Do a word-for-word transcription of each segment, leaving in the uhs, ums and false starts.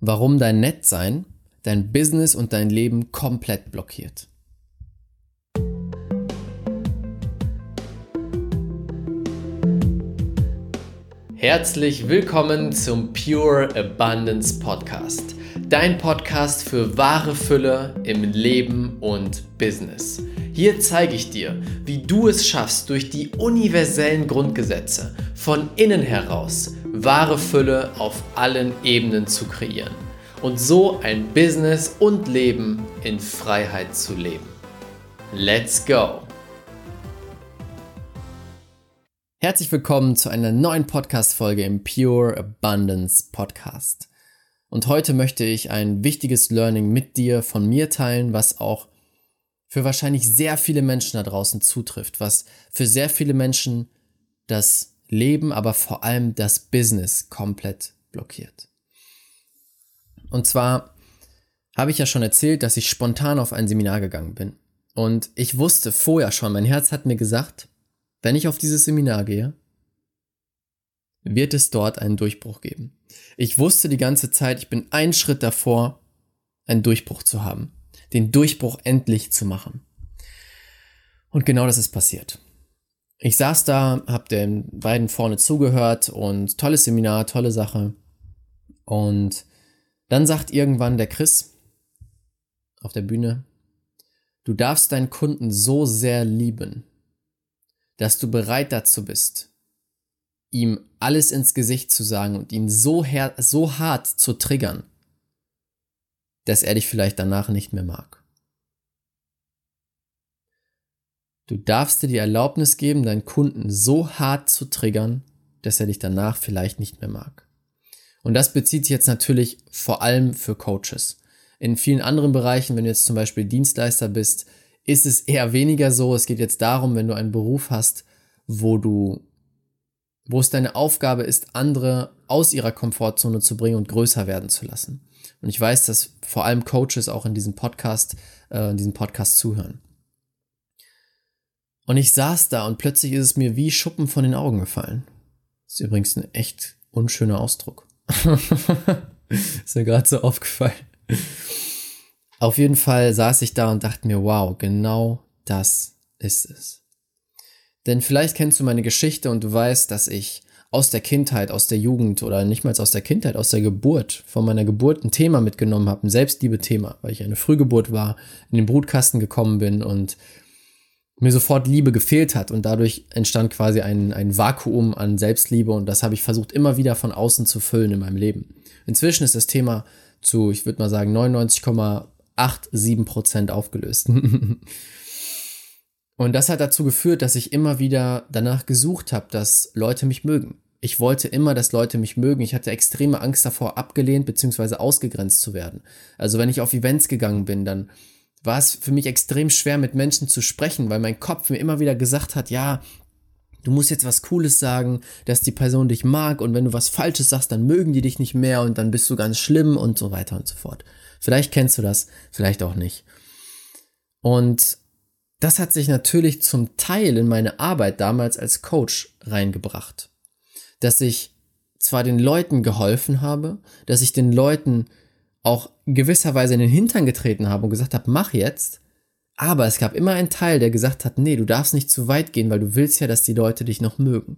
warum dein Nettsein dein Business und dein Leben komplett blockiert. Herzlich willkommen zum Pure Abundance Podcast. Dein Podcast für wahre Fülle im Leben und Business. Hier zeige ich dir, wie du es schaffst, durch die universellen Grundgesetze von innen heraus wahre Fülle auf allen Ebenen zu kreieren und so ein Business und Leben in Freiheit zu leben. Let's go! Herzlich willkommen zu einer neuen Podcast-Folge im Pure Abundance Podcast. Und heute möchte ich ein wichtiges Learning mit dir, von mir teilen, was auch für wahrscheinlich sehr viele Menschen da draußen zutrifft, was für sehr viele Menschen das Leben, aber vor allem das Business komplett blockiert. Und zwar habe ich ja schon erzählt, dass ich spontan auf ein Seminar gegangen bin. Und ich wusste vorher schon, mein Herz hat mir gesagt, wenn ich auf dieses Seminar gehe, wird es dort einen Durchbruch geben. Ich wusste die ganze Zeit, ich bin einen Schritt davor, einen Durchbruch zu haben. Den Durchbruch endlich zu machen. Und genau das ist passiert. Ich saß da, hab den beiden vorne zugehört und tolles Seminar, tolle Sache. Und dann sagt irgendwann der Chris auf der Bühne, du darfst deinen Kunden so sehr lieben, dass du bereit dazu bist, ihm alles ins Gesicht zu sagen und ihn so, her- so hart zu triggern, dass er dich vielleicht danach nicht mehr mag. Du darfst dir die Erlaubnis geben, deinen Kunden so hart zu triggern, dass er dich danach vielleicht nicht mehr mag. Und das bezieht sich jetzt natürlich vor allem für Coaches. In vielen anderen Bereichen, wenn du jetzt zum Beispiel Dienstleister bist, ist es eher weniger so. Es geht jetzt darum, wenn du einen Beruf hast, wo du, wo es deine Aufgabe ist, andere aus ihrer Komfortzone zu bringen und größer werden zu lassen. Und ich weiß, dass vor allem Coaches auch in diesem Podcast, äh, in diesem Podcast zuhören. Und ich saß da und plötzlich ist es mir wie Schuppen von den Augen gefallen. Das ist übrigens ein echt unschöner Ausdruck. Ist mir gerade so aufgefallen. Auf jeden Fall saß ich da und dachte mir, wow, genau das ist es. Denn vielleicht kennst du meine Geschichte und du weißt, dass ich aus der Kindheit, aus der Jugend oder nicht mal aus der Kindheit, aus der Geburt, von meiner Geburt ein Thema mitgenommen habe, ein Selbstliebe-Thema, weil ich eine Frühgeburt war, in den Brutkasten gekommen bin und mir sofort Liebe gefehlt hat und dadurch entstand quasi ein, ein Vakuum an Selbstliebe und das habe ich versucht immer wieder von außen zu füllen in meinem Leben. Inzwischen ist das Thema zu, ich würde mal sagen, neunundneunzig Komma siebenundachtzig Prozent aufgelöst. Und das hat dazu geführt, dass ich immer wieder danach gesucht habe, dass Leute mich mögen. Ich wollte immer, dass Leute mich mögen. Ich hatte extreme Angst davor, abgelehnt bzw. ausgegrenzt zu werden. Also wenn ich auf Events gegangen bin, dann war es für mich extrem schwer, mit Menschen zu sprechen, weil mein Kopf mir immer wieder gesagt hat, ja, du musst jetzt was Cooles sagen, dass die Person dich mag und wenn du was Falsches sagst, dann mögen die dich nicht mehr und dann bist du ganz schlimm und so weiter und so fort. Vielleicht kennst du das, vielleicht auch nicht. Und das hat sich natürlich zum Teil in meine Arbeit damals als Coach reingebracht. Dass ich zwar den Leuten geholfen habe, dass ich den Leuten auch gewisserweise in den Hintern getreten habe und gesagt habe, mach jetzt, aber es gab immer einen Teil, der gesagt hat, nee, du darfst nicht zu weit gehen, weil du willst ja, dass die Leute dich noch mögen.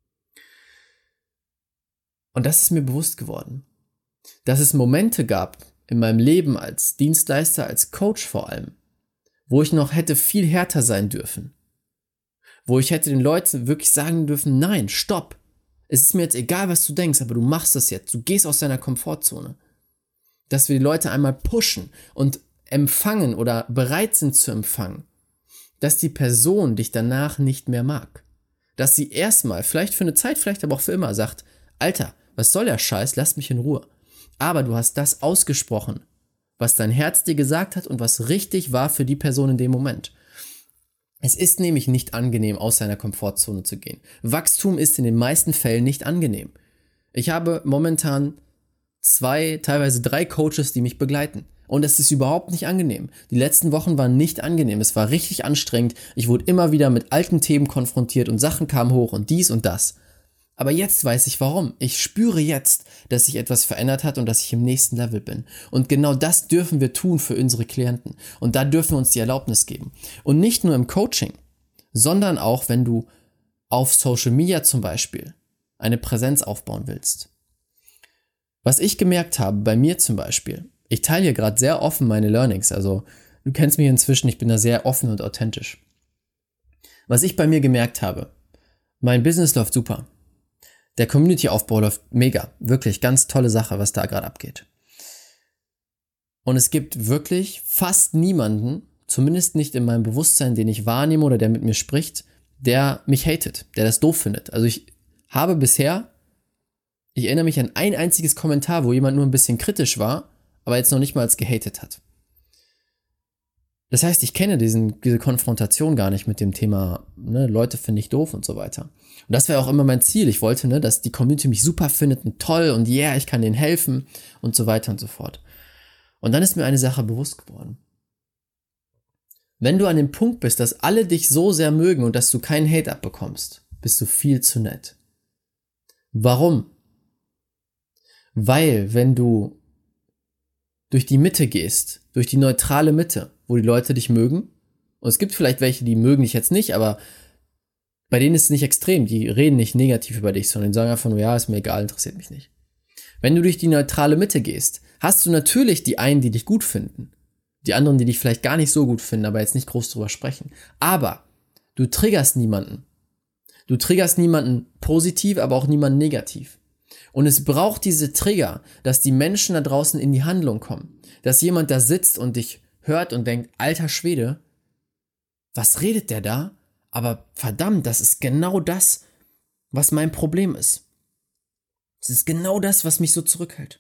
Und das ist mir bewusst geworden, dass es Momente gab in meinem Leben als Dienstleister, als Coach vor allem, wo ich noch hätte viel härter sein dürfen, wo ich hätte den Leuten wirklich sagen dürfen, nein, stopp, es ist mir jetzt egal, was du denkst, aber du machst das jetzt, du gehst aus deiner Komfortzone. Dass wir die Leute einmal pushen und empfangen oder bereit sind zu empfangen, dass die Person dich danach nicht mehr mag. Dass sie erstmal, vielleicht für eine Zeit, vielleicht aber auch für immer sagt, Alter, was soll der Scheiß, lass mich in Ruhe. Aber du hast das ausgesprochen, was dein Herz dir gesagt hat und was richtig war für die Person in dem Moment. Es ist nämlich nicht angenehm, aus seiner Komfortzone zu gehen. Wachstum ist in den meisten Fällen nicht angenehm. Ich habe momentan zwei, teilweise drei Coaches, die mich begleiten. Und es ist überhaupt nicht angenehm. Die letzten Wochen waren nicht angenehm. Es war richtig anstrengend. Ich wurde immer wieder mit alten Themen konfrontiert und Sachen kamen hoch und dies und das. Aber jetzt weiß ich warum. Ich spüre jetzt, dass sich etwas verändert hat und dass ich im nächsten Level bin. Und genau das dürfen wir tun für unsere Klienten. Und da dürfen wir uns die Erlaubnis geben. Und nicht nur im Coaching, sondern auch, wenn du auf Social Media zum Beispiel eine Präsenz aufbauen willst. Was ich gemerkt habe, bei mir zum Beispiel, ich teile hier gerade sehr offen meine Learnings, also du kennst mich inzwischen, ich bin da sehr offen und authentisch. Was ich bei mir gemerkt habe, mein Business läuft super. Der Community-Aufbau läuft mega, wirklich ganz tolle Sache, was da gerade abgeht. Und es gibt wirklich fast niemanden, zumindest nicht in meinem Bewusstsein, den ich wahrnehme oder der mit mir spricht, der mich hatet, der das doof findet. Also ich habe bisher, ich erinnere mich an ein einziges Kommentar, wo jemand nur ein bisschen kritisch war, aber jetzt noch nicht mal als gehatet hat. Das heißt, ich kenne diesen, diese Konfrontation gar nicht mit dem Thema, ne, Leute finde ich doof und so weiter. Und das wäre auch immer mein Ziel. Ich wollte, ne, dass die Community mich super findet und toll und yeah, ich kann denen helfen und so weiter und so fort. Und dann ist mir eine Sache bewusst geworden. Wenn du an dem Punkt bist, dass alle dich so sehr mögen und dass du keinen Hate abbekommst, bist du viel zu nett. Warum? Weil, wenn du durch die Mitte gehst, durch die neutrale Mitte, wo die Leute dich mögen, und es gibt vielleicht welche, die mögen dich jetzt nicht, aber bei denen ist es nicht extrem, die reden nicht negativ über dich, sondern die sagen einfach nur, ja, ist mir egal, interessiert mich nicht. Wenn du durch die neutrale Mitte gehst, hast du natürlich die einen, die dich gut finden, die anderen, die dich vielleicht gar nicht so gut finden, aber jetzt nicht groß drüber sprechen. Aber du triggerst niemanden. Du triggerst niemanden positiv, aber auch niemanden negativ. Und es braucht diese Trigger, dass die Menschen da draußen in die Handlung kommen. Dass jemand da sitzt und dich hört und denkt, alter Schwede, was redet der da? Aber verdammt, das ist genau das, was mein Problem ist. Es ist genau das, was mich so zurückhält.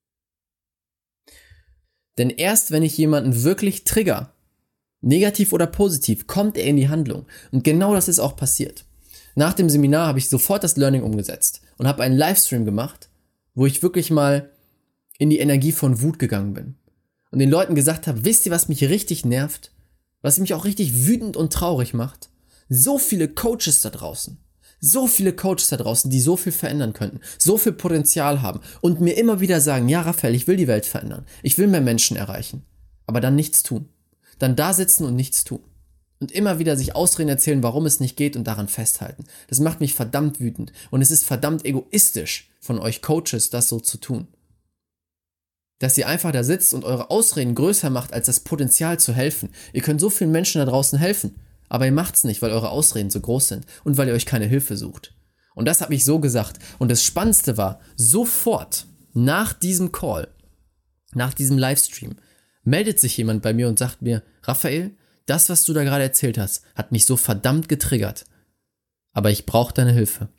Denn erst wenn ich jemanden wirklich trigger, negativ oder positiv, kommt er in die Handlung. Und genau das ist auch passiert. Nach dem Seminar habe ich sofort das Learning umgesetzt und habe einen Livestream gemacht, wo ich wirklich mal in die Energie von Wut gegangen bin. Und den Leuten gesagt habe, wisst ihr, was mich richtig nervt? Was mich auch richtig wütend und traurig macht? So viele Coaches da draußen. So viele Coaches da draußen, die so viel verändern könnten, so viel Potenzial haben und mir immer wieder sagen, ja Raphael, ich will die Welt verändern, ich will mehr Menschen erreichen, aber dann nichts tun. Dann da sitzen und nichts tun. Und immer wieder sich Ausreden erzählen, warum es nicht geht und daran festhalten. Das macht mich verdammt wütend und es ist verdammt egoistisch von euch Coaches, das so zu tun. Dass ihr einfach da sitzt und eure Ausreden größer macht als das Potenzial zu helfen. Ihr könnt so vielen Menschen da draußen helfen. Aber ihr macht's nicht, weil eure Ausreden so groß sind und weil ihr euch keine Hilfe sucht. Und das habe ich so gesagt. Und das Spannendste war, sofort nach diesem Call, nach diesem Livestream, meldet sich jemand bei mir und sagt mir, Raphael, das, was du da gerade erzählt hast, hat mich so verdammt getriggert. Aber ich brauche deine Hilfe.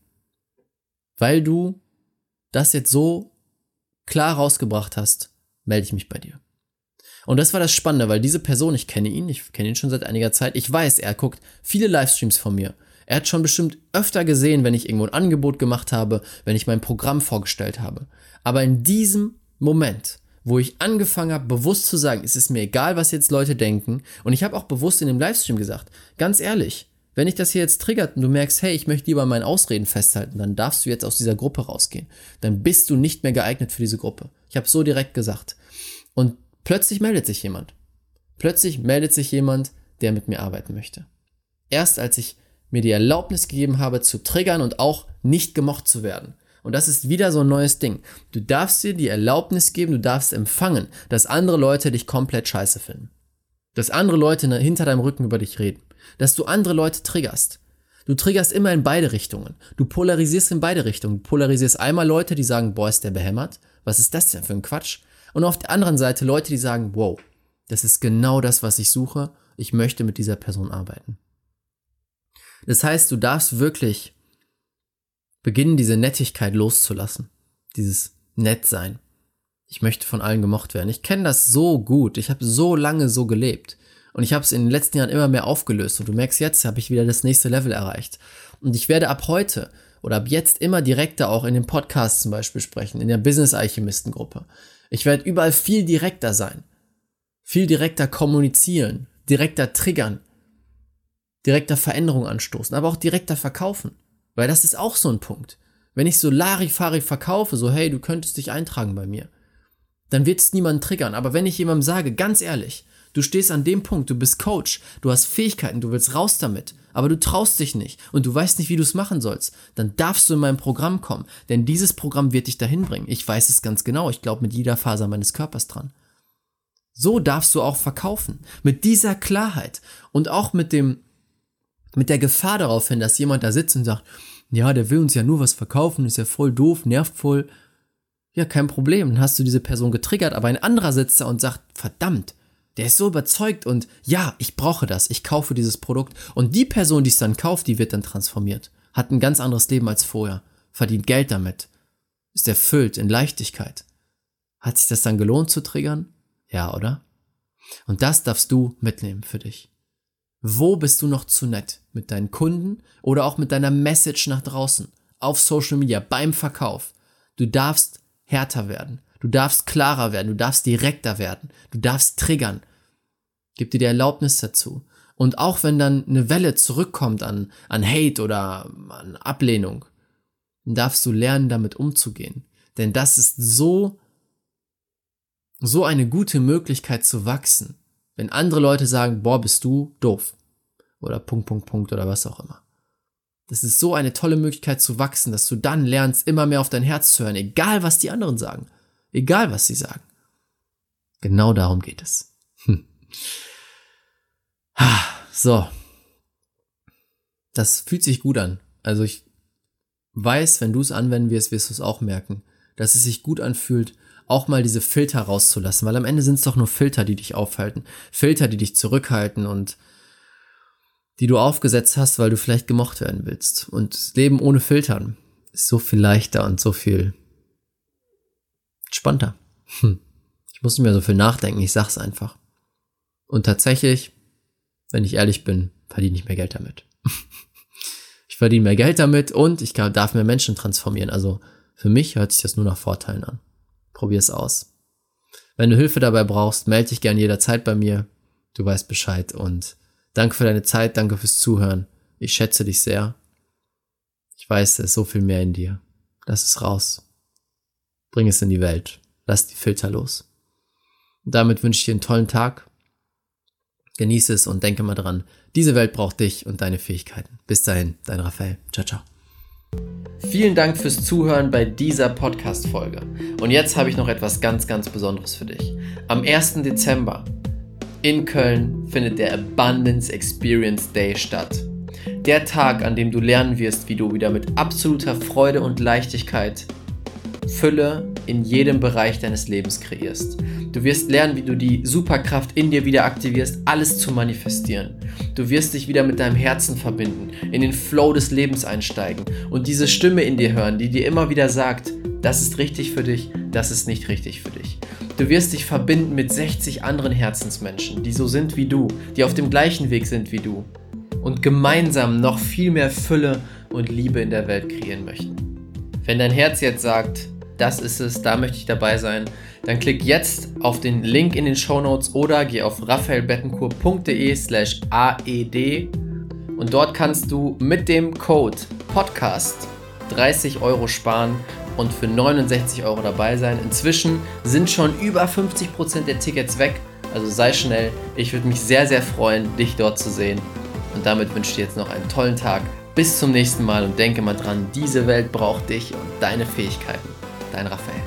Weil du das jetzt so klar rausgebracht hast, melde ich mich bei dir. Und das war das Spannende, weil diese Person, ich kenne ihn, ich kenne ihn schon seit einiger Zeit, ich weiß, er guckt viele Livestreams von mir. Er hat schon bestimmt öfter gesehen, wenn ich irgendwo ein Angebot gemacht habe, wenn ich mein Programm vorgestellt habe. Aber in diesem Moment, wo ich angefangen habe, bewusst zu sagen, es ist mir egal, was jetzt Leute denken, und ich habe auch bewusst in dem Livestream gesagt, ganz ehrlich, wenn ich das hier jetzt triggert und du merkst, hey, ich möchte lieber an meinen Ausreden festhalten, dann darfst du jetzt aus dieser Gruppe rausgehen. Dann bist du nicht mehr geeignet für diese Gruppe. Ich habe es so direkt gesagt. Und plötzlich meldet sich jemand. Plötzlich meldet sich jemand, der mit mir arbeiten möchte. Erst als ich mir die Erlaubnis gegeben habe, zu triggern und auch nicht gemocht zu werden. Und das ist wieder so ein neues Ding. Du darfst dir die Erlaubnis geben, du darfst empfangen, dass andere Leute dich komplett scheiße finden. Dass andere Leute hinter deinem Rücken über dich reden. Dass du andere Leute triggerst. Du triggerst immer in beide Richtungen. Du polarisierst in beide Richtungen. Du polarisierst einmal Leute, die sagen, boah, ist der behämmert? Was ist das denn für ein Quatsch? Und auf der anderen Seite Leute, die sagen, wow, das ist genau das, was ich suche. Ich möchte mit dieser Person arbeiten. Das heißt, du darfst wirklich beginnen, diese Nettigkeit loszulassen. Dieses Nettsein. Ich möchte von allen gemocht werden. Ich kenne das so gut. Ich habe so lange so gelebt. Und ich habe es in den letzten Jahren immer mehr aufgelöst. Und du merkst, jetzt habe ich wieder das nächste Level erreicht. Und ich werde ab heute oder ab jetzt immer direkter auch in den Podcasts zum Beispiel sprechen, in der Business-Alchemisten-Gruppe. Ich werde überall viel direkter sein. Viel direkter kommunizieren. Direkter triggern. Direkter Veränderung anstoßen. Aber auch direkter verkaufen. Weil das ist auch so ein Punkt. Wenn ich so Larifari verkaufe, so hey, du könntest dich eintragen bei mir, dann wird es niemanden triggern. Aber wenn ich jemandem sage, ganz ehrlich, du stehst an dem Punkt, du bist Coach, du hast Fähigkeiten, du willst raus damit, aber du traust dich nicht und du weißt nicht, wie du es machen sollst, dann darfst du in mein Programm kommen, denn dieses Programm wird dich dahin bringen. Ich weiß es ganz genau, ich glaube mit jeder Faser meines Körpers dran. So darfst du auch verkaufen, mit dieser Klarheit und auch mit dem, mit der Gefahr darauf hin, dass jemand da sitzt und sagt, ja, der will uns ja nur was verkaufen, ist ja voll doof, nervt voll. Ja, kein Problem, dann hast du diese Person getriggert, aber ein anderer sitzt da und sagt, verdammt, der ist so überzeugt und ja, ich brauche das, ich kaufe dieses Produkt. Und die Person, die es dann kauft, die wird dann transformiert, hat ein ganz anderes Leben als vorher, verdient Geld damit, ist erfüllt in Leichtigkeit. Hat sich das dann gelohnt zu triggern? Ja, oder? Und das darfst du mitnehmen für dich. Wo bist du noch zu nett? Mit deinen Kunden oder auch mit deiner Message nach draußen, auf Social Media, beim Verkauf? Du darfst härter werden, du darfst klarer werden, du darfst direkter werden, du darfst triggern. Gib dir die Erlaubnis dazu. Und auch wenn dann eine Welle zurückkommt an, an Hate oder an Ablehnung, dann darfst du lernen, damit umzugehen. Denn das ist so, so eine gute Möglichkeit zu wachsen. Wenn andere Leute sagen, boah, bist du doof. Oder Punkt, Punkt, Punkt oder was auch immer. Das ist so eine tolle Möglichkeit zu wachsen, dass du dann lernst, immer mehr auf dein Herz zu hören, egal was die anderen sagen. Egal was sie sagen. Genau darum geht es. Hm. So. Das fühlt sich gut an. Also ich weiß, wenn du es anwenden wirst, wirst du es auch merken, dass es sich gut anfühlt, auch mal diese Filter rauszulassen, weil am Ende sind es doch nur Filter, die dich aufhalten. Filter, die dich zurückhalten und die du aufgesetzt hast, weil du vielleicht gemocht werden willst. Und das Leben ohne Filtern ist so viel leichter und so viel entspannter. Hm. Ich muss nicht mehr so viel nachdenken, ich sag's einfach. Und tatsächlich, wenn ich ehrlich bin, verdiene ich mehr Geld damit. Ich verdiene mehr Geld damit und ich darf mehr Menschen transformieren. Also für mich hört sich das nur nach Vorteilen an. Probier es aus. Wenn du Hilfe dabei brauchst, melde dich gerne jederzeit bei mir. Du weißt Bescheid und danke für deine Zeit, danke fürs Zuhören. Ich schätze dich sehr. Ich weiß, es ist so viel mehr in dir. Lass es raus. Bring es in die Welt. Lass die Filter los. Und damit wünsche ich dir einen tollen Tag. Genieße es und denke mal dran, diese Welt braucht dich und deine Fähigkeiten. Bis dahin, dein Raphael. Ciao, ciao. Vielen Dank fürs Zuhören bei dieser Podcast-Folge. Und jetzt habe ich noch etwas ganz, ganz Besonderes für dich. Am ersten Dezember in Köln findet der Abundance Experience Day statt. Der Tag, an dem du lernen wirst, wie du wieder mit absoluter Freude und Leichtigkeit Fülle in jedem Bereich deines Lebens kreierst. Du wirst lernen, wie du die Superkraft in dir wieder aktivierst, alles zu manifestieren. Du wirst dich wieder mit deinem Herzen verbinden, in den Flow des Lebens einsteigen und diese Stimme in dir hören, die dir immer wieder sagt, das ist richtig für dich, das ist nicht richtig für dich. Du wirst dich verbinden mit sechzig anderen Herzensmenschen, die so sind wie du, die auf dem gleichen Weg sind wie du und gemeinsam noch viel mehr Fülle und Liebe in der Welt kreieren möchten. Wenn dein Herz jetzt sagt, das ist es, da möchte ich dabei sein, dann klick jetzt auf den Link in den Shownotes oder geh auf raphaelbettencourt.de slash aed und dort kannst du mit dem Code Podcast dreißig Euro sparen und für neunundsechzig Euro dabei sein. Inzwischen sind schon über fünfzig Prozent der Tickets weg, also sei schnell. Ich würde mich sehr, sehr freuen, dich dort zu sehen. Und damit wünsche ich dir jetzt noch einen tollen Tag. Bis zum nächsten Mal und denke mal dran, diese Welt braucht dich und deine Fähigkeiten. Dein Raphael.